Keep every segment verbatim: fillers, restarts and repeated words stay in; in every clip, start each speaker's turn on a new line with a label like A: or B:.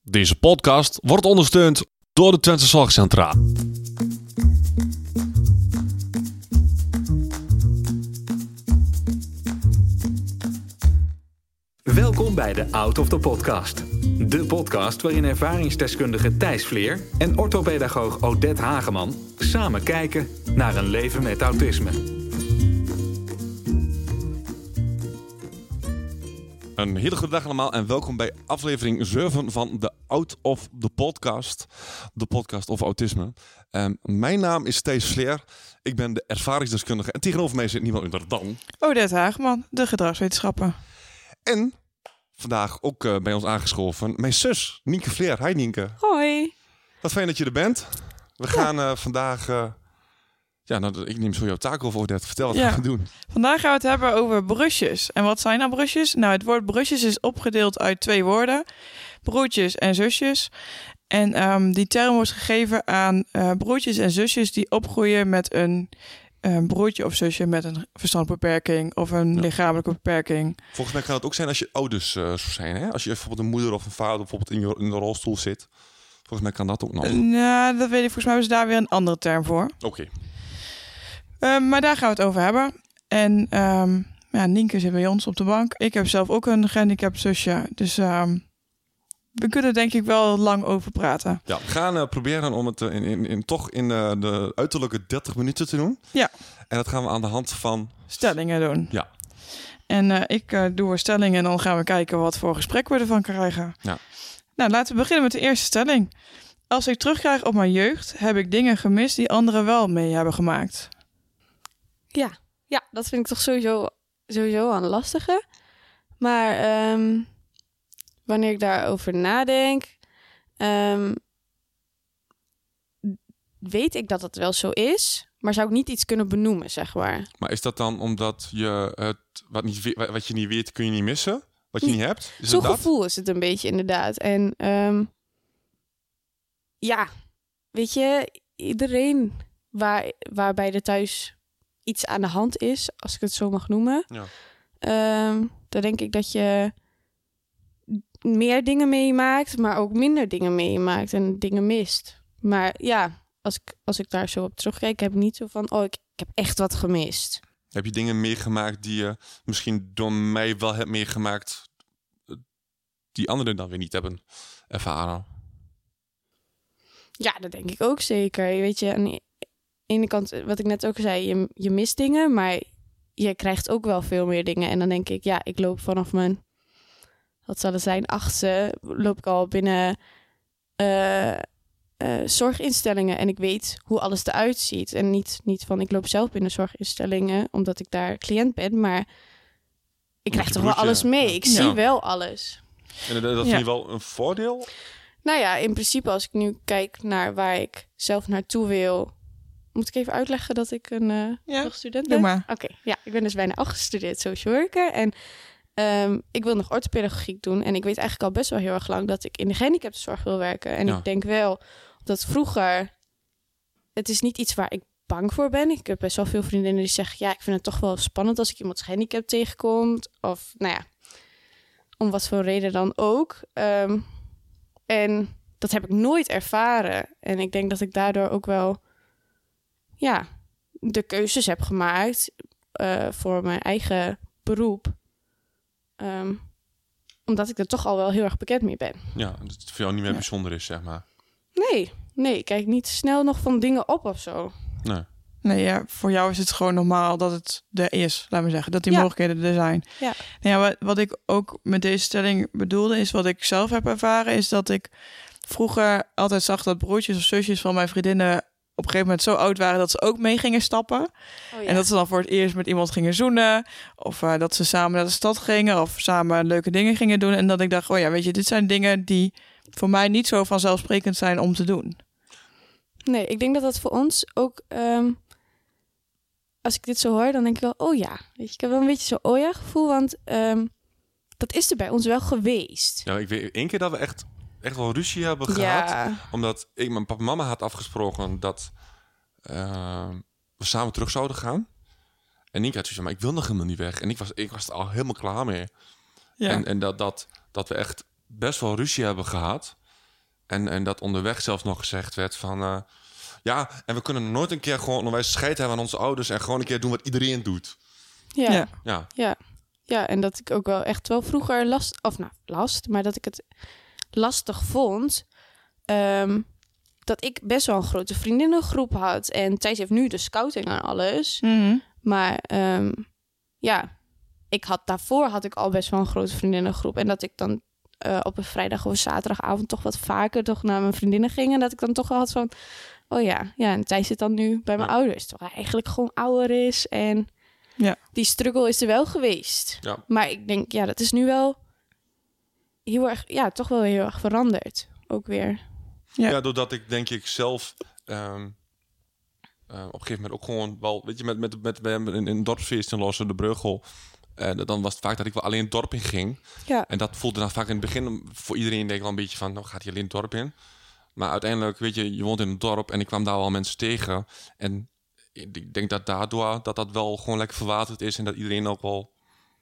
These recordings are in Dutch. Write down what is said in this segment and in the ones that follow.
A: Deze podcast wordt ondersteund door de Twentse Zorgcentra.
B: Welkom bij de Out of the Podcast. De podcast waarin ervaringsdeskundige Thijs Vleer en orthopedagoog Odette Hageman samen kijken naar een leven met autisme.
A: Een hele goede dag allemaal en welkom bij aflevering zeven van de Out of the Podcast. De podcast over autisme. Um, mijn naam is Thijs Vleer. Ik ben de ervaringsdeskundige en tegenover mij zit niemand minder dan
C: Odette Hageman, de gedragswetenschappen.
A: En vandaag ook uh, bij ons aangeschoven mijn zus, Nienke Vleer. Hi Nienke.
C: Hoi.
A: Wat fijn dat je er bent. We
C: ja.
A: gaan uh, vandaag... Uh, ja, nou, ik neem zo jouw taak over, Odette. Vertel wat
C: ja.
A: we gaan doen.
C: Vandaag gaan we het hebben over brusjes. En wat zijn nou brusjes? Nou, het woord brusjes is opgedeeld uit twee woorden. Broertjes en zusjes. En um, die term wordt gegeven aan uh, broertjes en zusjes die opgroeien met een... een broertje of zusje met een verstandelijke beperking of een ja. lichamelijke beperking.
A: Volgens mij kan het ook zijn als je ouders uh, zijn. Hè? Als je bijvoorbeeld een moeder of een vader bijvoorbeeld in, je, in de rolstoel zit. Volgens mij kan dat ook nog.
C: Uh, nou, dat weet ik. Volgens mij hebben ze daar weer een andere term voor.
A: Oké. Okay.
C: Uh, maar daar gaan we het over hebben. En um, ja, Nienke zit bij ons op de bank. Ik heb zelf ook een gehandicapt zusje. Dus um, we kunnen denk ik wel lang over praten.
A: Ja, we gaan uh, proberen om het uh, in, in, in, toch in uh, de uiterlijke dertig minuten te doen.
C: Ja.
A: En dat gaan we aan de hand van...
C: stellingen doen.
A: Ja.
C: En uh, ik uh, doe een stelling en dan gaan we kijken wat voor gesprek we ervan krijgen.
A: Ja.
C: Nou, laten we beginnen met de eerste stelling. Als ik terugkrijg op mijn jeugd, heb ik dingen gemist die anderen wel mee hebben gemaakt.
D: Ja, ja, dat vind ik toch sowieso, sowieso een lastige. Maar um, wanneer ik daarover nadenk, um, weet ik dat het wel zo is, maar zou ik niet iets kunnen benoemen, zeg maar.
A: Maar is dat dan omdat je het wat, niet, wat je niet weet, kun je niet missen? Wat je
D: niet,
A: niet hebt? Is
D: Zo'n
A: het dat?
D: gevoel is het een beetje inderdaad. En um, ja, weet je, iedereen waar, waarbij er thuis iets aan de hand is, als ik het zo mag noemen,
A: ja.
D: um, dan denk ik dat je meer dingen meemaakt, maar ook minder dingen meemaakt en dingen mist. Maar ja, als ik, als ik daar zo op terugkijk, heb ik niet zo van, oh, ik, ik heb echt wat gemist.
A: Heb je dingen meegemaakt die je misschien door mij wel hebt meegemaakt, die anderen dan weer niet hebben ervaren?
D: Ja, dat denk ik ook zeker. Weet je, aan de ene kant, wat ik net ook zei, je, je mist dingen, maar je krijgt ook wel veel meer dingen. En dan denk ik, ja, ik loop vanaf mijn, wat zal het zijn, achtste, loop ik al binnen uh, uh, zorginstellingen. En ik weet hoe alles eruit ziet. En niet, niet van, ik loop zelf binnen zorginstellingen, omdat ik daar cliënt ben, maar ik krijg toch wel alles mee. Ik ja. zie wel alles.
A: En dat, dat vind je wel een voordeel?
D: Nou ja, in principe als ik nu kijk naar waar ik zelf naartoe wil. Moet ik even uitleggen dat ik een uh,
C: ja,
D: nog student ben?
C: Oké,
D: okay, ja, ik ben dus bijna afgestudeerd social worker. En um, ik wil nog orthopedagogiek doen. En ik weet eigenlijk al best wel heel erg lang dat ik in de gehandicaptenzorg wil werken. En ja. ik denk wel dat vroeger... Het is niet iets waar ik bang voor ben. Ik heb best wel veel vriendinnen die zeggen, ja, ik vind het toch wel spannend als ik iemand gehandicapt tegenkomt. Of nou ja, om wat voor reden dan ook. Um, en dat heb ik nooit ervaren. En ik denk dat ik daardoor ook wel... ja, de keuzes heb gemaakt uh, voor mijn eigen beroep. Um, omdat ik er toch al wel heel erg bekend mee ben.
A: Ja, dat het voor jou niet meer ja. bijzonder is, zeg maar.
D: Nee, nee, ik kijk niet snel nog van dingen op of zo.
A: Nee.
C: Nee, ja, voor jou is het gewoon normaal dat het er is, laat maar zeggen. Dat die
D: ja.
C: mogelijkheden er zijn.
D: Ja.
C: Nou ja, wat, wat ik ook met deze stelling bedoelde, is wat ik zelf heb ervaren, is dat ik vroeger altijd zag dat broertjes of zusjes van mijn vriendinnen op een gegeven moment zo oud waren dat ze ook mee gingen stappen. Oh, ja. En dat ze dan voor het eerst met iemand gingen zoenen. Of uh, dat ze samen naar de stad gingen. Of samen leuke dingen gingen doen. En dat ik dacht, oh ja, weet je, dit zijn dingen die voor mij niet zo vanzelfsprekend zijn om te doen.
D: Nee, ik denk dat dat voor ons ook... Um, als ik dit zo hoor, dan denk ik wel, oh ja. Weet je, ik heb wel een beetje zo'n oh ja gevoel. Want um, dat is er bij ons wel geweest.
A: Ja, ik weet één keer dat we echt... echt wel ruzie hebben
D: ja.
A: gehad. Omdat ik mijn papa en mama had afgesproken dat uh, we samen terug zouden gaan. En Nienke had zoiets van, maar ik wil nog helemaal niet weg. En ik was, ik was er al helemaal klaar mee. Ja. En, en dat, dat, dat we echt best wel ruzie hebben gehad. En, en dat onderweg zelfs nog gezegd werd van... Uh, ja, en we kunnen nooit een keer gewoon... wij scheid hebben aan onze ouders... en gewoon een keer doen wat iedereen doet.
D: Ja.
C: Ja.
A: Ja.
D: Ja. Ja, en dat ik ook wel echt wel vroeger last... Of nou, last, maar dat ik het lastig vond... Um, dat ik best wel een grote vriendinnengroep had. En Thijs heeft nu de scouting en alles.
C: Mm-hmm.
D: Maar um, ja, ik had daarvoor had ik al best wel een grote vriendinnengroep. En dat ik dan uh, op een vrijdag of zaterdagavond toch wat vaker toch naar mijn vriendinnen ging. En dat ik dan toch wel had van... Oh ja, ja, en Thijs zit dan nu bij mijn
A: Ja.
D: ouders. Terwijl hij eigenlijk gewoon ouder is. En
C: Ja.
D: die struggle is er wel geweest.
A: Ja.
D: Maar ik denk, ja, dat is nu wel heel erg... Ja, toch wel heel erg veranderd. Ook weer.
C: Ja.
A: Ja, doordat ik denk ik zelf... Um, uh, op een gegeven moment ook gewoon wel... Weet je, met, met, met, met in een dorpsfeest in Lossen, de Bruggel... Uh, dan was het vaak dat ik wel alleen het dorp in ging.
D: Ja.
A: En dat voelde dan vaak in het begin voor iedereen denk ik wel een beetje van... Nou, gaat hij alleen het dorp in? Maar uiteindelijk, weet je, je woont in een dorp... en ik kwam daar wel mensen tegen. En ik denk dat daardoor dat dat wel gewoon lekker verwaterd is... en dat iedereen ook wel...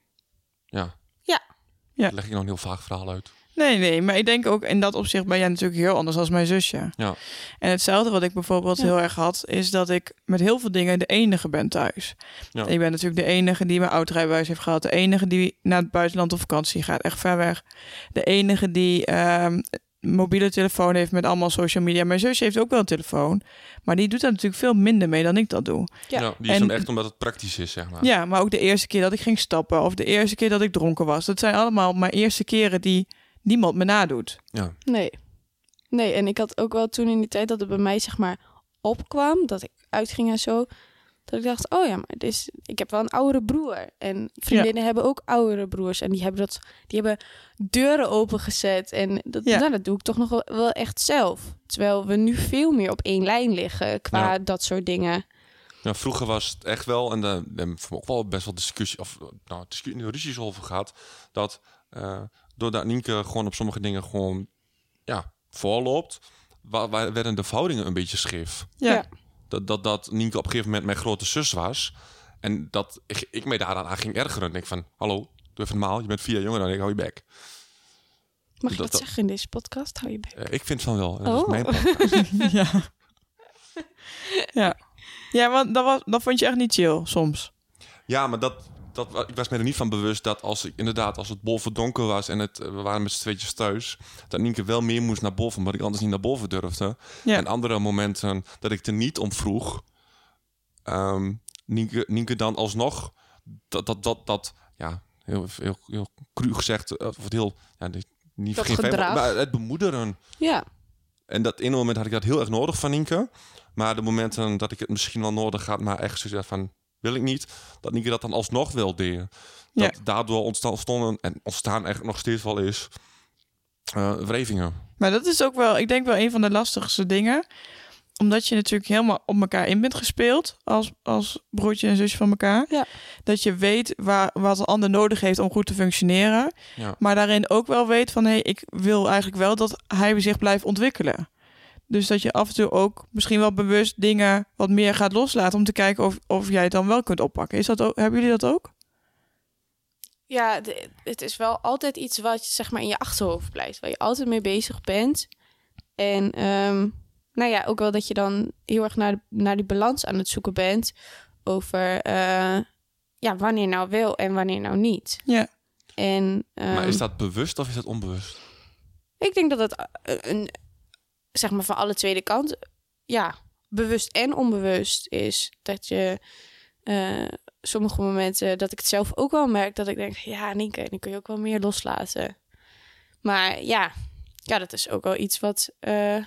A: Ja.
D: Ja.
C: Ja.
A: Daar leg ik nog een heel vaag verhaal uit.
C: Nee, nee, maar ik denk ook in dat opzicht ben jij natuurlijk heel anders als mijn zusje.
A: Ja.
C: En hetzelfde wat ik bijvoorbeeld
D: Ja.
C: heel erg had, is dat ik met heel veel dingen de enige ben thuis.
A: Ja.
C: Ik ben natuurlijk de enige die mijn oud-rijbewijs heeft gehad. De enige die naar het buitenland op vakantie gaat, echt ver weg. De enige die ehm, mobiele telefoon heeft met allemaal social media. Mijn zusje heeft ook wel een telefoon, maar die doet daar natuurlijk veel minder mee dan ik dat doe.
D: Ja.
A: Ja, die is
C: En-
A: hem echt omdat het praktisch is, zeg maar.
C: Ja, maar ook de eerste keer dat ik ging stappen of de eerste keer dat ik dronken was. Dat zijn allemaal mijn eerste keren die niemand me nadoet.
A: Ja.
D: Nee. Nee, en ik had ook wel toen in die tijd dat het bij mij zeg maar opkwam, dat ik uitging en zo, dat ik dacht, oh ja, maar dit is, ik heb wel een oudere broer. En vriendinnen hebben ook oudere broers. En die hebben, dat, die hebben deuren opengezet. En dat,
C: Ja.
D: nou, dat doe ik toch nog wel, wel echt zelf. Terwijl we nu veel meer op één lijn liggen qua
A: Ja.
D: dat soort dingen.
A: Ja, vroeger was het echt wel, en daar hebben we ook wel best wel discussie, of nou, discussie, ruzies over gehad, dat uh, doordat Nienke gewoon op sommige dingen gewoon, ja, voorloopt, waar, waar werden de verhoudingen een beetje scheef.
C: Ja.
D: Ja.
A: Dat, dat, dat Nienke op een gegeven moment mijn grote zus was, en dat ik, ik mij daaraan aan ging ergeren. En ik van, hallo, doe even normaal, je bent vier jaar jonger dan ik, hou je bek.
D: Mag je
A: Dat-
D: dat,
A: dat-
D: zeggen in deze podcast? Hou je bek.
A: Uh, ik vind van wel, en dat is
D: Oh.
A: mijn podcast.
C: ja. ja. Ja, want dat, was, dat vond je echt niet chill soms.
A: Ja, maar dat, dat, ik was me er niet van bewust dat als ik inderdaad, als het boven donker was en het, we waren met z'n tweetjes thuis, dat Nienke wel meer moest naar boven, omdat ik anders niet naar boven durfde.
C: Ja.
A: En andere momenten dat ik er niet om vroeg, um, Nienke, Nienke dan alsnog, dat, dat, dat, dat ja, heel, heel, heel cru gezegd, of het heel, ja, niet, niet
D: Dat
A: geen fijn,
D: gedrag.
A: maar het bemoederen.
D: Ja.
A: En dat ene moment had ik dat heel erg nodig van Nienke. Maar de momenten dat ik het misschien wel nodig had, maar echt zoiets van, wil ik niet, dat Nienke dat dan alsnog wel deed. Dat
C: Ja.
A: daardoor ontstonden, en ontstaan echt nog steeds wel is, uh, wrijvingen.
C: Maar dat is ook wel, ik denk wel een van de lastigste dingen. Omdat je natuurlijk helemaal op elkaar in bent gespeeld. Als, als broertje en zusje van elkaar.
D: Ja.
C: Dat je weet waar, wat de ander nodig heeft om goed te functioneren.
A: Ja.
C: Maar daarin ook wel weet van, hé, hey, ik wil eigenlijk wel dat hij zich blijft ontwikkelen. Dus dat je af en toe ook misschien wel bewust dingen wat meer gaat loslaten. Om te kijken of, of jij het dan wel kunt oppakken. Is dat ook, hebben jullie dat ook?
D: Ja, de- het is wel altijd iets wat je zeg maar in je achterhoofd blijft. Waar je altijd mee bezig bent. En ehm, nou ja, ook wel dat je dan heel erg naar, de- naar die balans aan het zoeken bent. Over eh, ja, wanneer nou wel en wanneer nou niet.
C: Ja.
D: En, ehm,
A: Maar is dat bewust of is dat onbewust?
D: ik denk dat het eh, een, zeg maar van alle tweede kant, ja, bewust en onbewust is. Dat je eh, sommige momenten, dat ik het zelf ook wel merk, dat ik denk, ja, Nienke, dan kun je ook wel meer loslaten. Maar ja, ja, dat is ook wel iets wat eh,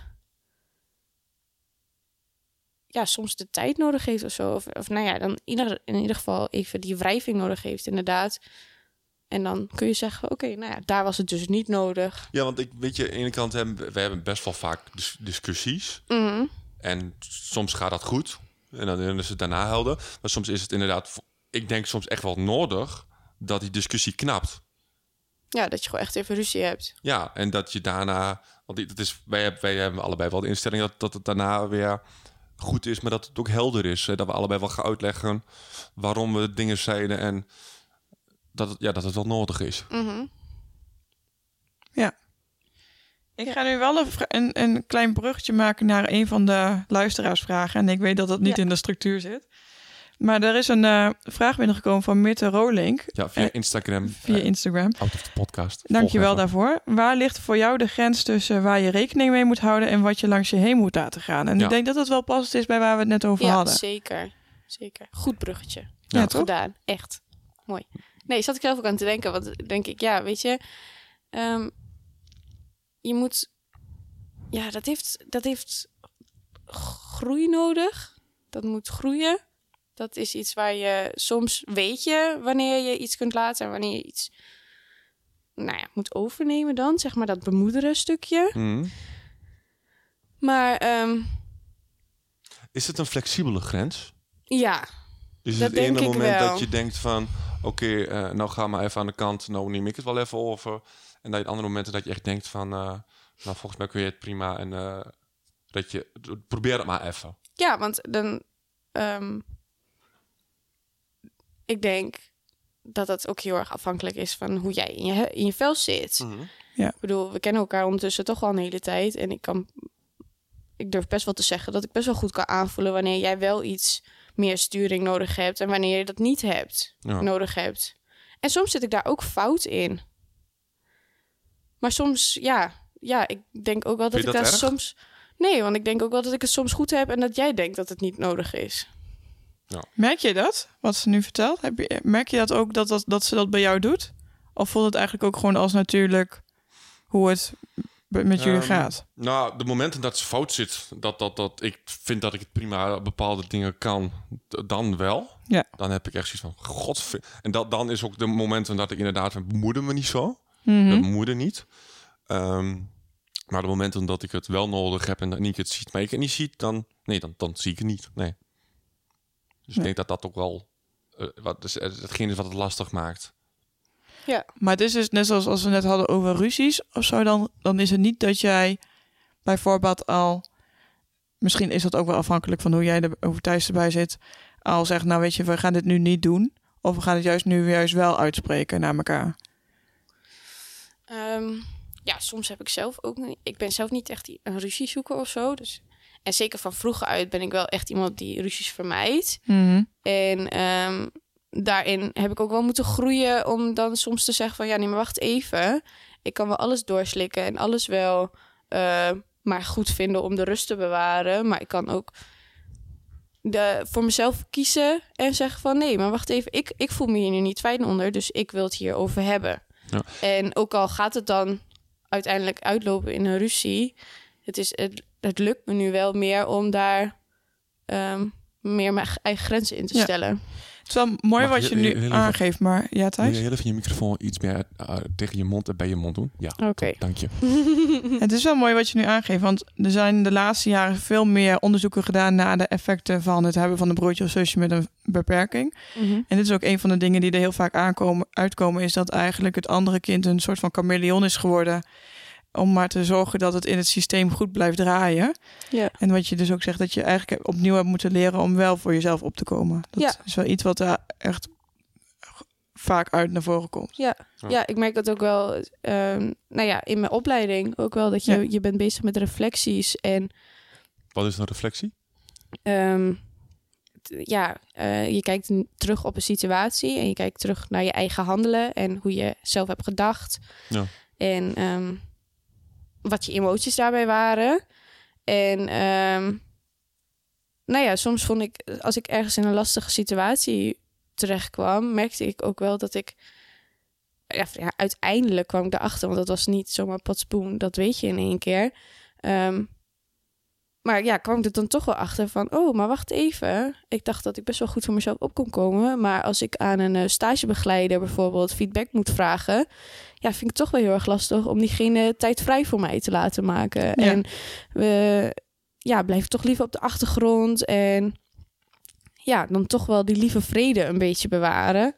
D: ja, soms de tijd nodig heeft of zo. Of, of nou ja, dan in ieder, in ieder geval even die wrijving nodig heeft, inderdaad. En dan kun je zeggen, oké, nou ja, daar was het dus niet nodig.
A: Ja, want ik weet je, aan de ene kant hebben we- we hebben best wel vaak dis- discussies.
D: Mhm.
A: En soms gaat dat goed. En dan dan is het daarna helder. Maar soms is het inderdaad, ik denk soms echt wel nodig dat die discussie knapt.
D: Ja, dat je gewoon echt even ruzie hebt.
A: Ja, en dat je daarna, want dit- dat is, wij, hebben, wij hebben allebei wel de instelling dat, dat het daarna weer goed is, maar dat het ook helder is. Hè? Dat we allebei wel gaan uitleggen waarom we dingen zeiden en dat het, ja, dat het wel nodig is.
D: Mhm.
C: Ja. Ik ga nu wel een, een, een klein bruggetje maken naar een van de luisteraarsvragen. En ik weet dat dat niet ja. in de structuur zit. Maar er is een uh, vraag binnengekomen van Mitte Rolink.
A: Ja, via Instagram.
C: Via uh, Instagram.
A: Out of the podcast.
C: Dank je wel daarvoor. Waar ligt voor jou de grens tussen waar je rekening mee moet houden en wat je langs je heen moet laten gaan? En ja. ik denk dat dat wel passend is bij waar we het net over
D: ja,
C: hadden.
D: Zeker. Zeker. Goed bruggetje.
C: Ja,
D: ja
C: toch?
D: Gedaan. Echt. Mooi. Nee, zat ik zelf ook aan te denken. Want denk ik, ja, weet je... Um, je moet... Ja, dat heeft, dat heeft groei nodig. Dat moet groeien. Dat is iets waar je soms weet je wanneer je iets kunt laten en wanneer je iets nou ja, moet overnemen dan. Zeg maar dat bemoederen stukje.
A: Mm.
D: Maar... Um,
A: is het een flexibele grens?
D: Ja,
A: is
D: dat
A: het
D: denk
A: ene
D: ik
A: moment
D: wel.
A: Dat je denkt van... Oké, okay, uh, nou ga maar even aan de kant. Nou neem ik het wel even over. En dat je andere momenten dat je echt denkt van... Uh, nou, volgens mij kun je het prima. En uh, dat je... Probeer het maar even.
D: Ja, want dan... Um, ik denk dat dat ook heel erg afhankelijk is van hoe jij in je, in je vel zit.
A: Mm-hmm.
C: Ja.
D: Ik bedoel, we kennen elkaar ondertussen toch al een hele tijd. En ik kan... Ik durf best wel te zeggen dat ik best wel goed kan aanvoelen... wanneer jij wel iets meer sturing nodig hebt... en wanneer je dat niet hebt,
A: ja.
D: nodig hebt. En soms zit ik daar ook fout in. Maar soms, ja... Ja, ik denk ook wel dat
A: Vind
D: ik
A: dat
D: daar
A: erg?
D: soms... Nee, want ik denk ook wel dat ik het soms goed heb... en dat jij denkt dat het niet nodig is.
A: Ja.
C: Merk je dat, wat ze nu vertelt? Heb je, merk je dat ook, dat, dat, dat ze dat bij jou doet? Of voelt het eigenlijk ook gewoon als natuurlijk... hoe het met jullie um, gaat?
A: Nou, de momenten dat ze fout zit... Dat, dat, dat ik vind dat ik het prima bepaalde dingen kan... dan wel.
C: Ja.
A: Dan heb ik echt zoiets van... God, en dat, dan is ook de momenten dat ik inderdaad... van, bemoeder me niet zo.
C: Mm-hmm.
A: Dat bemoeder niet. Um, maar de momenten dat ik het wel nodig heb... en dat Nieke het ziet, maar ik het niet ziet... dan, nee, dan, dan zie ik het niet. Nee. Dus nee. ik denk dat dat ook wel... Uh, wat, dus, hetgeen is wat het lastig maakt.
D: Ja.
C: Maar het is dus net zoals als we net hadden over ruzies of zo... dan, dan is het niet dat jij bijvoorbeeld al... misschien is dat ook wel afhankelijk van hoe jij er over Thijs erbij zit... al zegt, nou weet je, we gaan dit nu niet doen... of we gaan het juist nu juist wel uitspreken naar elkaar.
D: Um, ja, soms heb ik zelf ook... Ik ben zelf niet echt een ruziezoeker of zo. Dus, en zeker van vroeger uit ben ik wel echt iemand die ruzies vermijdt.
C: Mm-hmm.
D: En um, daarin heb ik ook wel moeten groeien om dan soms te zeggen van... ja, nee, maar wacht even. Ik kan wel alles doorslikken en alles wel uh, maar goed vinden om de rust te bewaren. Maar ik kan ook de, voor mezelf kiezen en zeggen van... nee, maar wacht even, ik, ik voel me hier nu niet fijn onder, dus ik wil het hierover hebben.
A: Ja.
D: En ook al gaat het dan uiteindelijk uitlopen in een ruzie... het, is, het, het lukt me nu wel meer om daar um, meer mijn eigen grenzen in te
C: ja.
D: stellen.
C: Het is wel mooi
A: Mag
C: wat je,
A: je
C: je nu
A: heel
C: aangeeft, maar ja, Thijs?
A: Wil je heel even je microfoon iets meer uh, tegen je mond en bij je mond doen? Ja,
D: Oké. Okay.
A: Dank je.
C: Het is wel mooi wat je nu aangeeft, want er zijn de laatste jaren veel meer onderzoeken gedaan naar de effecten van het hebben van een broertje of zusje met een beperking.
D: Mm-hmm.
C: En dit is ook een van de dingen die er heel vaak aankomen, uitkomen, is dat eigenlijk het andere kind een soort van chameleon is geworden, om maar te zorgen dat het in het systeem goed blijft draaien.
D: Ja.
C: En wat je dus ook zegt, dat je eigenlijk opnieuw hebt moeten leren om wel voor jezelf op te komen. Dat
D: ja.
C: is wel iets wat daar echt vaak uit naar voren komt.
D: Ja, ja. ja ik merk dat ook wel um, nou ja, in mijn opleiding ook wel, dat je, ja. je bent bezig met reflecties. En
A: wat is een reflectie?
D: Um, t- ja, uh, je kijkt n- terug op een situatie en je kijkt terug naar je eigen handelen en hoe je zelf hebt gedacht.
A: Ja.
D: En um, wat je emoties daarbij waren. En um, nou ja, soms vond ik, als ik ergens in een lastige situatie terecht kwam, merkte ik ook wel dat ik... Ja, ja, uiteindelijk kwam ik erachter, want dat was niet zomaar patspoen, dat weet je in één keer. Um, maar ja, kwam ik er dan toch wel achter van, oh, maar wacht even. Ik dacht dat ik best wel goed voor mezelf op kon komen. Maar als ik aan een uh, stagebegeleider bijvoorbeeld feedback moet vragen, ja, vind ik het toch wel heel erg lastig om diegene tijd vrij voor mij te laten maken. Ja. En we ja, blijven toch liever op de achtergrond en ja, dan toch wel die lieve vrede een beetje bewaren.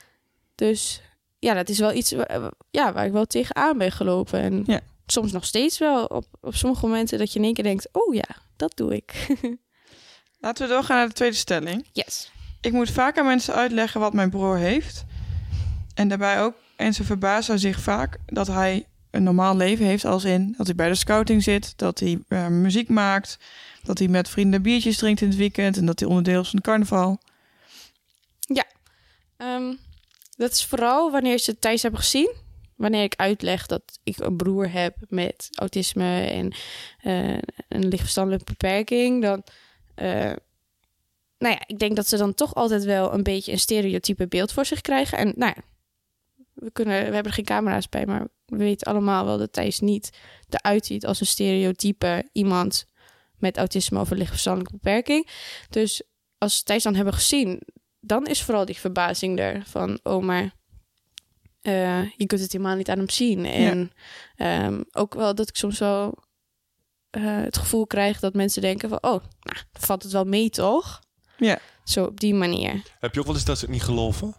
D: Dus ja, dat is wel iets waar, ja, waar ik wel tegenaan ben gelopen. En
C: ja.
D: soms nog steeds wel op, op sommige momenten dat je in één keer denkt, oh ja, dat doe ik.
C: Laten we doorgaan naar de tweede stelling.
D: Yes.
C: Ik moet vaak aan mensen uitleggen wat mijn broer heeft. En daarbij ook, en ze verbazen zich vaak dat hij een normaal leven heeft, als in dat hij bij de scouting zit, dat hij uh, muziek maakt, dat hij met vrienden biertjes drinkt in het weekend en dat hij onderdeel is van het carnaval.
D: Ja, um, dat is vooral wanneer ze het thuis hebben gezien. Wanneer ik uitleg dat ik een broer heb met autisme en uh, een lichtverstandelijke beperking, dan, uh, nou ja, ik denk dat ze dan toch altijd wel een beetje een stereotype beeld voor zich krijgen. En nou ja, we, kunnen, we hebben er geen camera's bij, maar we weten allemaal wel dat Thijs niet eruit ziet als een stereotype iemand met autisme of een lichtverstandelijke beperking. Dus als ze Thijs dan hebben gezien, dan is vooral die verbazing er van, oh, maar uh, je kunt het helemaal niet aan hem zien. En ja. um, ook wel dat ik soms wel uh, het gevoel krijg dat mensen denken van, oh, nou, valt het wel mee, toch?
C: Ja.
D: Zo op die manier.
A: Heb je ook wel eens dat ze het niet geloven?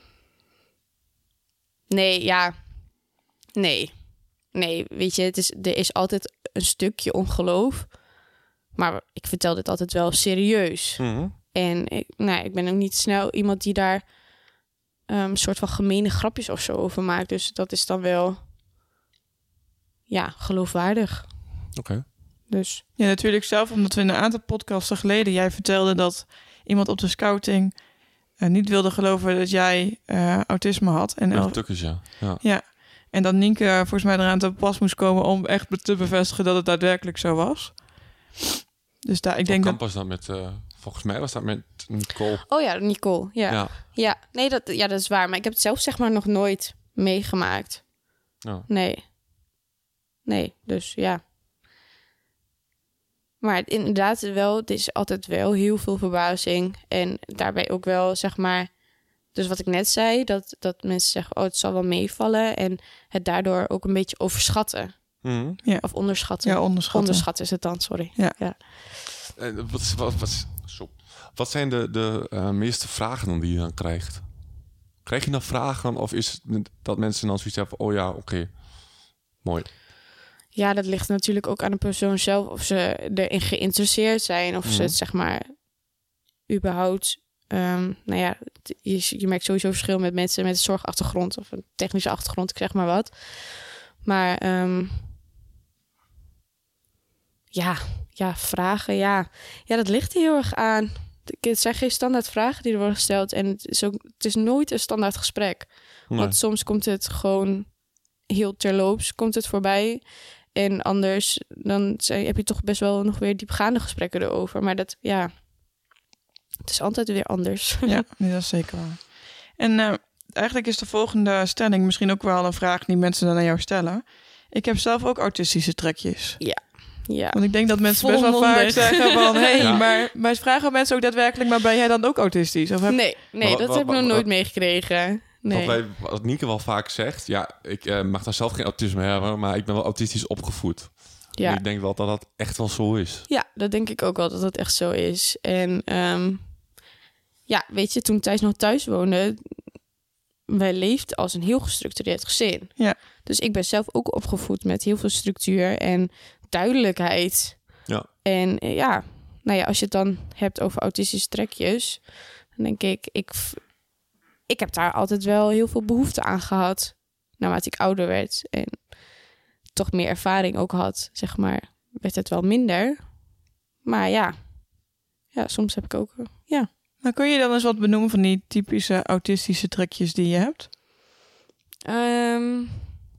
D: Nee, ja. Nee. Nee, weet je, het is, er is altijd een stukje ongeloof. Maar ik vertel dit altijd wel serieus.
A: Mm-hmm.
D: En ik, nou, ik ben ook niet snel iemand die daar um, een soort van gemene grapjes of zo over maakt. Dus dat is dan wel, ja, geloofwaardig.
A: Oké. Okay.
D: Dus.
C: Ja, natuurlijk zelf, omdat we in een aantal podcasten geleden, jij vertelde dat iemand op de scouting uh, niet wilde geloven dat jij uh, autisme had. En
A: ja, tukkers, ja. ja.
C: Ja. En dat Nienke uh, volgens mij eraan te pas moest komen om echt te bevestigen dat het daadwerkelijk zo was. Dus daar, ik denk
A: dat...
C: dat...
A: was dat met... Uh, volgens mij was dat met Nicole.
D: Oh ja, Nicole. Ja. Ja. ja. Nee, dat, ja, dat is waar. Maar ik heb het zelf zeg maar nog nooit meegemaakt.
A: Oh.
D: Nee. Nee, dus ja. Maar inderdaad wel, het is altijd wel heel veel verbazing. En daarbij ook wel, zeg maar... Dus wat ik net zei, dat, dat mensen zeggen, oh, het zal wel meevallen. En het daardoor ook een beetje overschatten.
A: Mm-hmm.
C: Ja.
D: Of onderschatten.
C: Ja, onderschatten.
D: Onderschatten is het dan, sorry.
C: Ja.
D: ja.
A: En wat, wat, wat, zo. wat zijn de, de uh, meeste vragen dan die je dan krijgt? Krijg je dan vragen of is het dat mensen dan zoiets hebben van, oh ja, oké, okay. Mooi.
D: Ja, dat ligt natuurlijk ook aan de persoon zelf. Of ze erin geïnteresseerd zijn. Of mm. ze het, zeg maar, überhaupt... Um, nou ja, je, je merkt sowieso verschil met mensen met een zorgachtergrond of een technische achtergrond, ik zeg maar wat. Maar um, ja, ja, vragen, ja. Ja, dat ligt er heel erg aan. Het zijn geen standaard vragen die er worden gesteld. En het is, ook, het is nooit een standaard gesprek. Nee. Want soms komt het gewoon heel terloops, komt het voorbij. En anders dan heb je toch best wel nog weer diepgaande gesprekken erover. Maar dat, ja... Het is altijd weer anders.
C: Ja, nee, dat is zeker waar. En uh, eigenlijk is de volgende stelling misschien ook wel een vraag die mensen dan aan jou stellen. Ik heb zelf ook autistische trekjes.
D: Ja. ja.
C: Want ik denk dat mensen best wel vaak zeggen van... hé, hey, ja. maar, maar vragen mensen ook daadwerkelijk... maar ben jij dan ook autistisch? Of heb...
D: Nee, nee wat, dat wat, heb ik nog nooit meegekregen. Nee.
A: Wat, wij, wat Nienke wel vaak zegt... ja, ik uh, mag dan zelf geen autisme hebben... maar ik ben wel autistisch opgevoed. Ja. En ik denk wel dat dat echt wel zo is.
D: Ja, dat denk ik ook wel dat dat echt zo is. En um, ja, weet je, toen Thijs nog thuis woonde... wij leefden als een heel gestructureerd gezin.
C: Ja.
D: Dus ik ben zelf ook opgevoed met heel veel structuur en duidelijkheid.
A: Ja.
D: En ja, nou ja, als je het dan hebt over autistische trekjes... dan denk ik, ik, ik heb daar altijd wel heel veel behoefte aan gehad... naarmate ik ouder werd en toch meer ervaring ook had, zeg maar, werd het wel minder. Maar ja, ja soms heb ik ook, ja.
C: Maar kun je dan eens wat benoemen van die typische autistische trekjes die je hebt?
D: Um,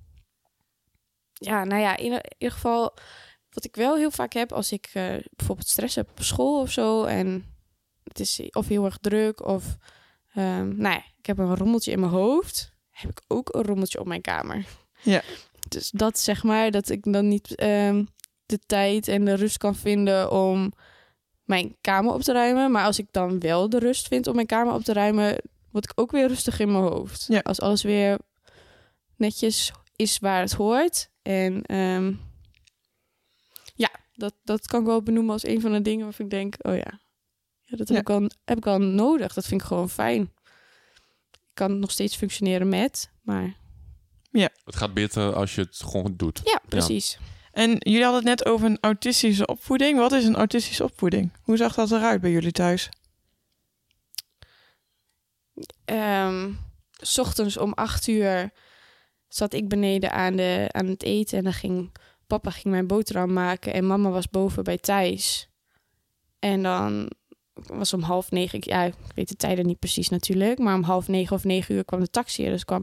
D: ja, nou ja, in ieder geval... wat ik wel heel vaak heb als ik uh, bijvoorbeeld stress heb op school of zo... en het is of heel erg druk of... Um, nou ja, ik heb een rommeltje in mijn hoofd... heb ik ook een rommeltje op mijn kamer.
C: Ja.
D: Dus dat zeg maar, dat ik dan niet um, de tijd en de rust kan vinden om mijn kamer op te ruimen. Maar als ik dan wel de rust vind om mijn kamer op te ruimen, word ik ook weer rustig in mijn hoofd.
C: Ja.
D: Als alles weer netjes is waar het hoort. En um, ja, dat, dat kan ik wel benoemen als een van de dingen waarvan ik denk, oh ja, ja dat heb, ja. Ik al, heb ik al nodig. Dat vind ik gewoon fijn. Ik kan nog steeds functioneren met, maar...
C: Ja.
A: Het gaat beter als je het gewoon doet.
D: Ja, precies. Ja.
C: En jullie hadden het net over een autistische opvoeding. Wat is een autistische opvoeding? Hoe zag dat eruit bij jullie thuis?
D: Um, 's ochtends om acht uur zat ik beneden aan, de, aan het eten. En dan ging papa ging mijn boterham maken. En mama was boven bij Thijs. En dan was om half negen... Ja, ik weet de tijden niet precies natuurlijk. Maar om half negen of negen uur kwam de taxi. Dus kwam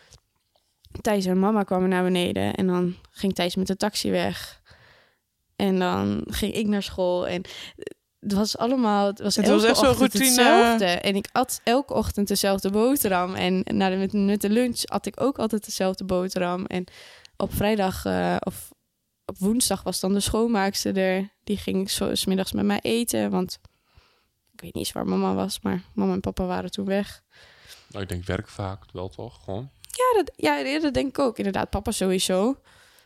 D: Thijs en mama kwamen naar beneden. En dan ging Thijs met de taxi weg. En dan ging ik naar school. En het was allemaal... Het was,
C: het
D: elke
C: was echt zo'n
D: ochtend
C: routine.
D: hetzelfde. En ik at elke ochtend dezelfde boterham. En na de, met, met de lunch at ik ook altijd dezelfde boterham. En op vrijdag uh, of op woensdag was dan de schoonmaakster er. Die ging zo 's middags met mij eten. Want ik weet niet eens waar mama was. Maar mama en papa waren toen weg.
A: Nou, ik denk werk vaak wel toch? Gewoon.
D: Ja, dat, ja, dat denk ik ook. Inderdaad, papa sowieso.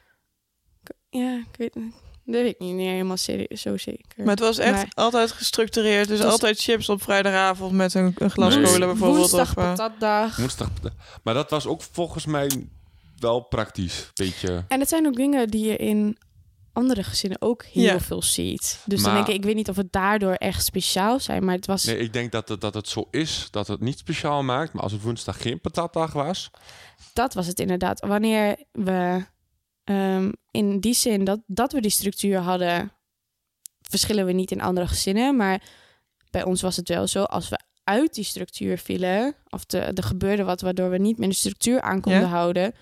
D: Ja, ik weet niet. Dat weet ik niet meer helemaal serieus, zo zeker.
C: Maar het was echt
D: maar,
C: altijd gestructureerd. Dus
D: was,
C: altijd chips op vrijdagavond met een, een glas
A: Nee.
C: cola bijvoorbeeld.
D: Woensdag
C: Of, uh,
D: patatdag.
A: Woensdag. Maar dat was ook volgens mij wel praktisch. Beetje.
D: En het zijn ook dingen die je in andere gezinnen ook heel
C: Ja.
D: veel ziet. Dus
A: Maar-
D: dan denk ik, ik weet niet of het daardoor echt speciaal zijn. Maar het was...
A: Nee, ik denk dat het, dat het zo is dat het niet speciaal maakt. Maar als het woensdag geen patatdag was.
D: Dat was het inderdaad. Wanneer we um, in die zin dat, dat we die structuur hadden, verschillen we niet in andere gezinnen. Maar bij ons was het wel zo, als we uit die structuur vielen, of de, er gebeurde wat waardoor we niet meer de structuur aan konden
C: Ja.
D: houden,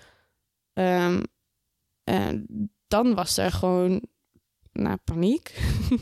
D: um, uh, dan was er gewoon nou, paniek.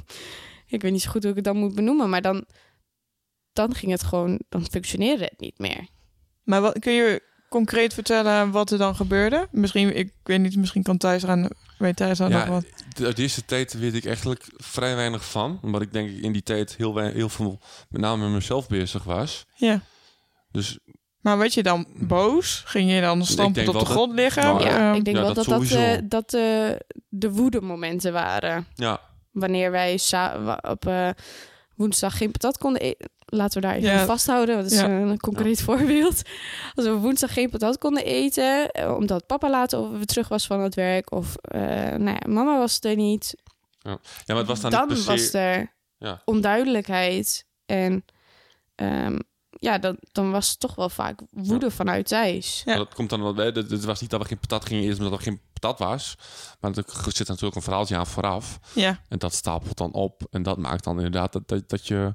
D: Ik weet niet zo goed hoe ik het dan moet benoemen, maar dan, dan ging het gewoon, dan functioneerde het niet meer.
C: Maar wat, kun je concreet vertellen wat er dan gebeurde? Misschien, ik weet niet, misschien kan Thijs eraan, weet Thijs daar nog
A: Ja,
C: wat?
A: de- uit deze tijd weet ik eigenlijk vrij weinig van. Omdat ik denk ik in die tijd heel, wei- heel veel met name met mezelf bezig was.
C: Ja.
A: Dus
C: Maar werd je dan boos? Ging je dan stampend
A: denk
C: op de
A: wel
C: grond liggen?
A: nou,
D: Ja,
C: Ehm,
D: ik denk
A: ja,
D: wel
A: dat
D: dat dat,
A: sowieso.
D: eh, dat eh, de woedemomenten waren.
A: ja,
D: Wanneer wij sa- wa- op eh, woensdag geen patat konden eten. Laten we daar even
C: Ja.
D: vasthouden. Dat is
C: Ja.
D: een concreet voorbeeld. Als we woensdag geen patat konden eten, eh, omdat papa later weer terug was van het werk. Of eh, nou ja, mama was er niet.
A: ja, maar het was dan,
D: Dan
A: niet per se...
D: was er
A: Ja.
D: onduidelijkheid. En ehm, ja, dan, dan was het toch wel vaak woede vanuit Thijs.
C: Ja.
A: Maar dat komt dan wel bij. Het het was niet dat we geen patat gingen eten omdat er geen patat was. Maar er zit natuurlijk een verhaaltje aan vooraf.
C: ja.
A: En dat stapelt dan op. En dat maakt dan inderdaad dat, dat, dat je...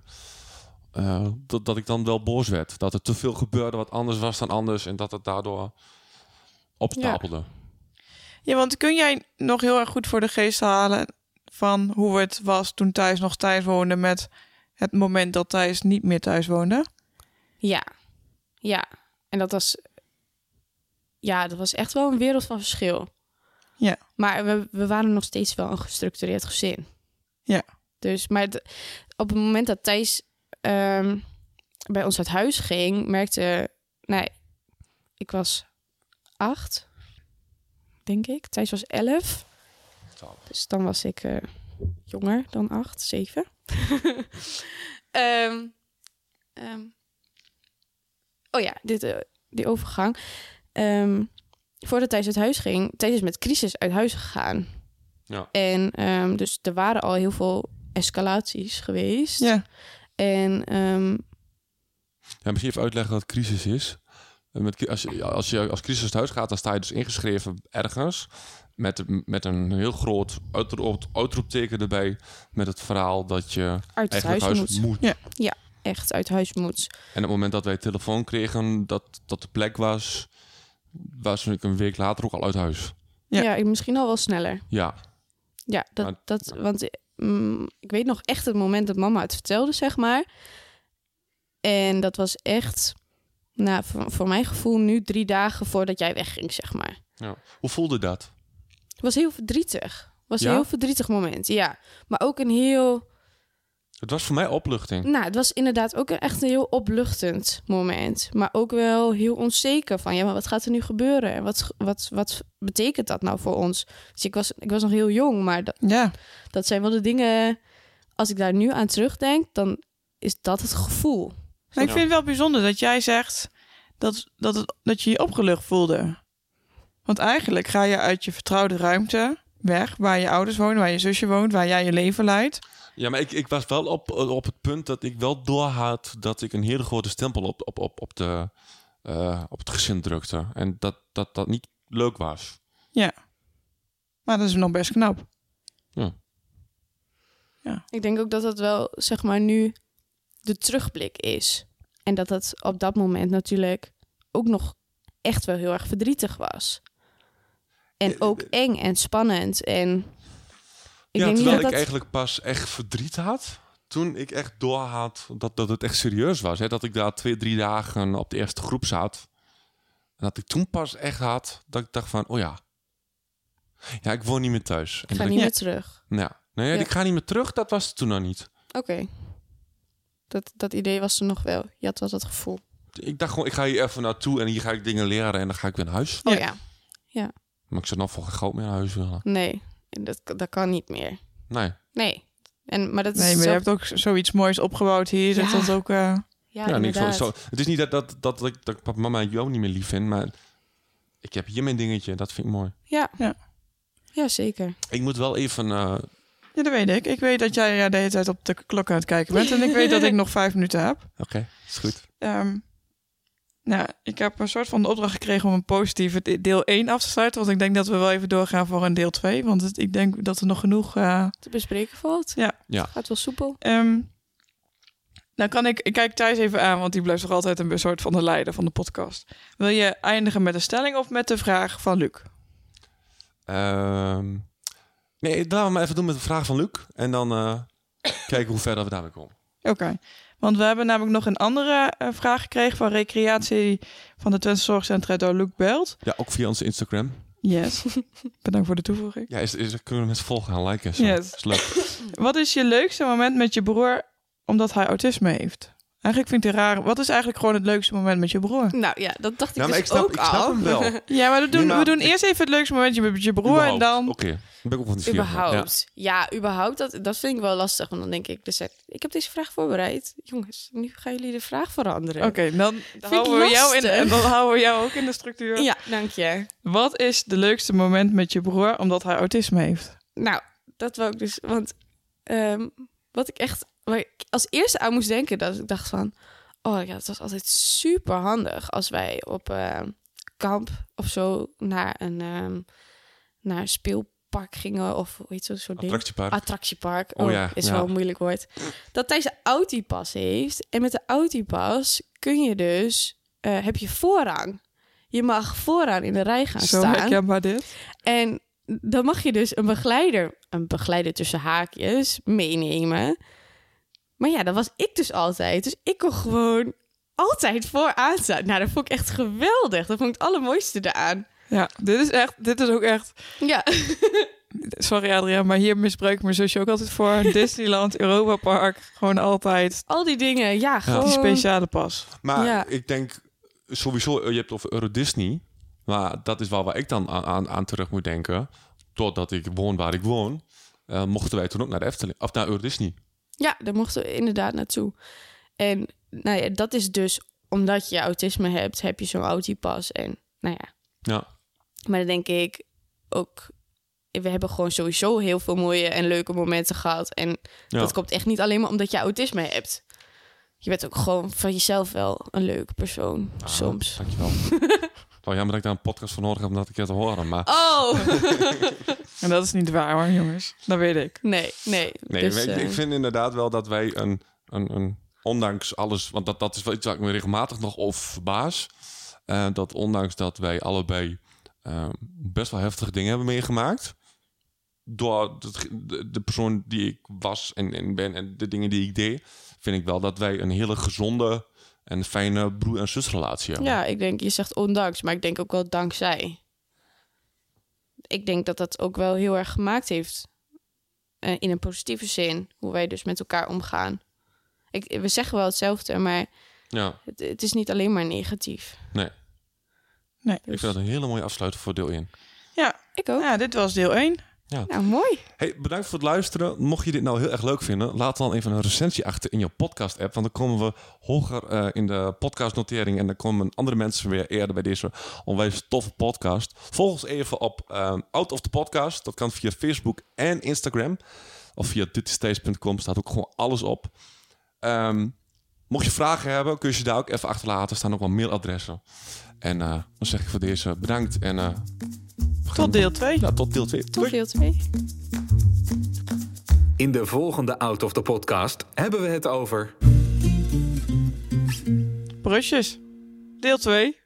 A: Uh, dat, dat ik dan wel boos werd. Dat er te veel gebeurde wat anders was dan anders. En dat het daardoor opstapelde.
C: Ja, want kun jij nog heel erg goed voor de geest halen van hoe het was toen Thijs nog thuis woonde met het moment dat Thijs niet meer thuis woonde?
D: Ja, ja. En dat was... Ja, dat was echt wel een wereld van verschil.
C: Ja.
D: Maar we, we waren nog steeds wel een gestructureerd gezin.
C: Ja.
D: Dus, maar het- op het moment dat Thijs ehm, bij ons uit huis ging, merkte... Nee, ik was acht, denk ik. Thijs was elf. Dus dan was ik eh, jonger dan acht, zeven. Ehm, ehm, oh ja, dit, eh, die overgang. Ehm, voordat Thijs uit huis ging, Thijs is met crisis uit huis gegaan.
A: Ja.
D: En ehm, dus er waren al heel veel escalaties geweest.
C: Ja.
D: En ehm,
A: Ja, misschien even uitleggen wat crisis is. Eh, Met, als, je, als je als crisis uit huis gaat, dan sta je dus ingeschreven ergens. Met, met een heel groot uitroep, uitroepteken erbij. Met het verhaal dat je
D: uit het
A: eigenlijk
D: huis,
A: huis
D: moet.
A: moet.
C: Ja.
D: Echt uit huis moet.
A: En op het moment dat wij telefoon kregen dat dat de plek was, was ik een week later ook al uit huis.
C: Ja.
D: Ja, ik- misschien al wel sneller.
A: Ja,
D: Ja, dat,
A: Maar-
D: dat, want mm, ik weet nog echt het moment dat mama het vertelde, zeg maar. En dat was echt, nou, voor, voor mijn gevoel nu drie dagen voordat jij wegging, zeg maar.
A: ja. Hoe voelde dat?
D: Het was heel verdrietig. Het was
A: Ja?
D: een heel verdrietig moment, ja. Maar ook een heel...
A: Het was voor mij opluchting.
D: Nou, het was inderdaad ook een, echt een heel opluchtend moment. Maar ook wel heel onzeker van... ja, maar wat gaat er nu gebeuren? En wat, wat, wat betekent dat nou voor ons? Dus ik was, ik was nog heel jong, maar dat,
C: Ja.
D: dat zijn wel de dingen... Als ik daar nu aan terugdenk, dan is dat het gevoel.
C: Maar ik
A: Ja.
C: vind het wel bijzonder dat jij zegt dat, dat, het, dat je je opgelucht voelde. Want eigenlijk ga je uit je vertrouwde ruimte weg, waar je ouders wonen, waar je zusje woont, waar jij je leven leidt.
A: Ja, maar ik, ik was wel op, op het punt dat ik wel doorhad dat ik een hele grote stempel op, op, op, op, de, uh, op het gezin drukte. En dat dat, dat niet leuk was.
C: Ja. Maar dat is nog best knap.
A: Ja.
C: Ja.
D: Ik denk ook dat dat wel, zeg maar, nu de terugblik is. En dat dat op dat moment natuurlijk ook nog echt wel heel erg verdrietig was. En ook eng en spannend. En ik
A: ja,
D: denk
A: terwijl
D: niet dat
A: ik
D: dat...
A: eigenlijk pas echt verdriet had. Toen ik echt doorhad dat, dat het echt serieus was. Hè? Dat ik daar twee, drie dagen op de eerste groep zat. En dat ik toen pas echt had dat ik dacht van, oh ja. Ja, ik woon niet meer thuis.
D: Ik
A: en
D: ga
A: dat
D: niet
A: ik,
D: meer terug.
A: nou, nee,
D: Ja.
A: ik ga niet meer terug. Dat was het toen nog niet.
D: Oké. Okay. Dat, dat idee was er nog wel. Je had wel dat gevoel.
A: Ik dacht gewoon, ik ga hier even naartoe en hier ga ik dingen leren en dan ga ik weer naar huis.
D: Oh
C: Ja.
D: ja.
A: Maar ik zou nog voor geen geld meer naar huis willen.
D: Nee, dat, dat kan niet meer.
A: Nee.
D: Nee. En, maar dat is
C: Nee, maar je
D: zo...
C: hebt ook zoiets moois opgebouwd hier.
D: Ja.
C: Dat dat ook... Uh...
D: Ja,
A: Ja, niks
D: inderdaad.
A: zo, zo. Het is niet dat, dat, dat, dat, ik- dat ik papa, mama en jou niet meer lief vind, maar ik heb hier mijn dingetje. Dat vind ik mooi.
D: Ja.
C: Ja.
D: Ja, zeker.
A: Ik moet wel even... Uh,
C: Ja, dat weet ik. Ik weet dat jij ja, de hele tijd op de klok aan het kijken bent. En ik weet dat ik nog vijf minuten heb.
A: Oké, okay, is goed.
C: Um, nou, ik heb een soort van de opdracht gekregen om een positieve de- deel één af te sluiten. Want ik denk dat we wel even doorgaan voor een deel twee. Want het, ik denk dat er nog genoeg... Uh...
D: Te bespreken valt.
C: Ja.
A: Ja.
D: Gaat wel soepel.
C: Um, nou kan ik... Ik kijk Thijs even aan, want die blijft toch altijd een soort van de leider van de podcast. Wil je eindigen met een stelling of met de vraag van Luc?
A: Um, nee, laten we maar even doen met de vraag van Luc. En dan uh, kijken hoe ver dat we daarmee komen.
C: Oké. Okay. Want we hebben namelijk nog een andere uh, vraag gekregen van recreatie van de Twentse Zorgcentra door Luc Belt.
A: Ja, ook via onze Instagram.
C: Yes. Bedankt voor de toevoeging.
A: Ja, is, is, kunnen we mensen volgen en liken. Zo.
C: Yes.
A: Is leuk.
C: Wat is je leukste moment met je broer omdat hij autisme heeft? Eigenlijk vind ik het raar. Wat is eigenlijk gewoon het leukste moment met je broer?
D: Nou ja, dat dacht ik
A: Ja, maar
D: dus
A: ik snap,
D: ook
A: ik snap
D: al.
A: hem wel.
C: Ja, maar we doen,
A: Nee, maar
C: we doen
A: ik-
C: eerst even het leukste momentje met je broer
A: Überhaupt.
C: en dan...
A: Oké, okay. ben ik ook van die vier.
D: Überhaupt. Ja, überhaupt. Dat, dat vind ik wel lastig. Want dan denk ik, dus, ik heb deze vraag voorbereid. Jongens, nu gaan jullie de vraag veranderen.
C: Oké, okay, dan, dan
D: ik
C: houden we jou in,
D: lastig.
C: en dan houden we jou ook in de structuur.
D: Ja, dank je.
C: Wat is de leukste moment met je broer omdat hij autisme heeft?
D: Nou, dat wou ik dus. Want um, wat ik echt... Waar ik als eerste aan moest denken, dat ik dacht van... Oh ja, het was altijd super handig als wij op uh, kamp of zo naar een, um, naar een speelpark gingen. Of hoe heet zo'n soort ding?
A: Attractiepark.
D: Attractiepark.
A: Oh,
D: Oh
A: ja,
D: is
A: ja.
D: wel een moeilijk woord. Dat Thijs een Autipas heeft. En met de Autipas kun je dus... Uh, heb je voorrang. Je mag vooraan in de rij gaan
C: Zo
D: staan.
C: herkenbaar dit.
D: En dan mag je dus een begeleider... Een begeleider tussen haakjes meenemen. Maar ja, dat was ik dus altijd. Dus ik kon gewoon altijd vooraan staan. Nou, dat vond ik echt geweldig. Dat vond ik het allermooiste eraan.
C: Ja, dit is echt, dit is ook echt...
D: Ja.
C: Sorry Adriaan, maar hier misbruik ik mijn zusje ook altijd voor. Disneyland, Europa Park, gewoon altijd
D: Al die dingen, ja, gewoon...
C: die speciale pas.
A: Maar
D: Ja.
A: ik denk sowieso, je hebt het over Euro Disney. Maar dat is wel waar ik dan aan, aan, aan terug moet denken. Doordat ik woon waar ik woon, uh, mochten wij toen ook naar de Efteling. Of naar Euro Disney.
D: Ja, daar mochten we inderdaad naartoe. En nou ja, dat is dus omdat je autisme hebt, heb je zo'n Autipas. En nou ja,
A: Ja.
D: maar dan denk ik ook... We hebben gewoon sowieso heel veel mooie en leuke momenten gehad. En
A: Ja.
D: dat komt echt niet alleen maar omdat je autisme hebt. Je bent ook gewoon van jezelf wel een leuke persoon,
A: Ah,
D: soms.
A: Dankjewel. Oh, jammer dat ik daar een podcast voor nodig heb om dat een keer te horen. Maar
D: Oh!
C: En dat is niet waar hoor, jongens. Dat weet ik.
D: nee, nee.
A: nee,
D: dus,
A: weet je,
D: uh,
A: ik vind inderdaad wel dat wij een, een, een ondanks alles, want dat, dat is wel iets waar ik me regelmatig nog over verbaas. Uh, dat ondanks dat wij allebei uh, best wel heftige dingen hebben meegemaakt. Door de, de persoon die ik was en, en ben en de dingen die ik deed, vind ik wel dat wij een hele gezonde en fijne broer- en zusrelatie hebben.
D: Ja, ik denk, je zegt ondanks, maar ik denk ook wel dankzij. Ik denk dat dat ook wel heel erg gemaakt heeft. Uh, in een positieve zin, hoe wij dus met elkaar omgaan. Ik, we zeggen wel hetzelfde, maar
A: Ja,
D: het, het is niet alleen maar negatief.
A: nee.
C: Nee.
A: Ik vind dat een hele mooie afsluiter voor deel één.
C: Ja,
D: Ik ook.
C: ja dit was deel één.
D: Nou, mooi.
A: Hey, bedankt voor het luisteren. Mocht je dit nou heel erg leuk vinden, laat dan even een recensie achter in je podcast-app. Want dan komen we hoger uh, in de podcastnotering en dan komen andere mensen weer eerder bij deze onwijs toffe podcast. Volg ons even op uh, Out of the Podcast. Dat kan via Facebook en Instagram. Of via ditstays punt com staat ook gewoon alles op. Um, mocht je vragen hebben, kun je ze daar ook even achterlaten. Er staan ook wel mailadressen. En uh, dan zeg ik voor deze bedankt. En, uh,
C: tot deel twee.
A: Ja, tot deel twee.
D: Tot deel twee.
B: In de volgende Out of the Podcast hebben we het over...
C: Brusjes. Deel twee.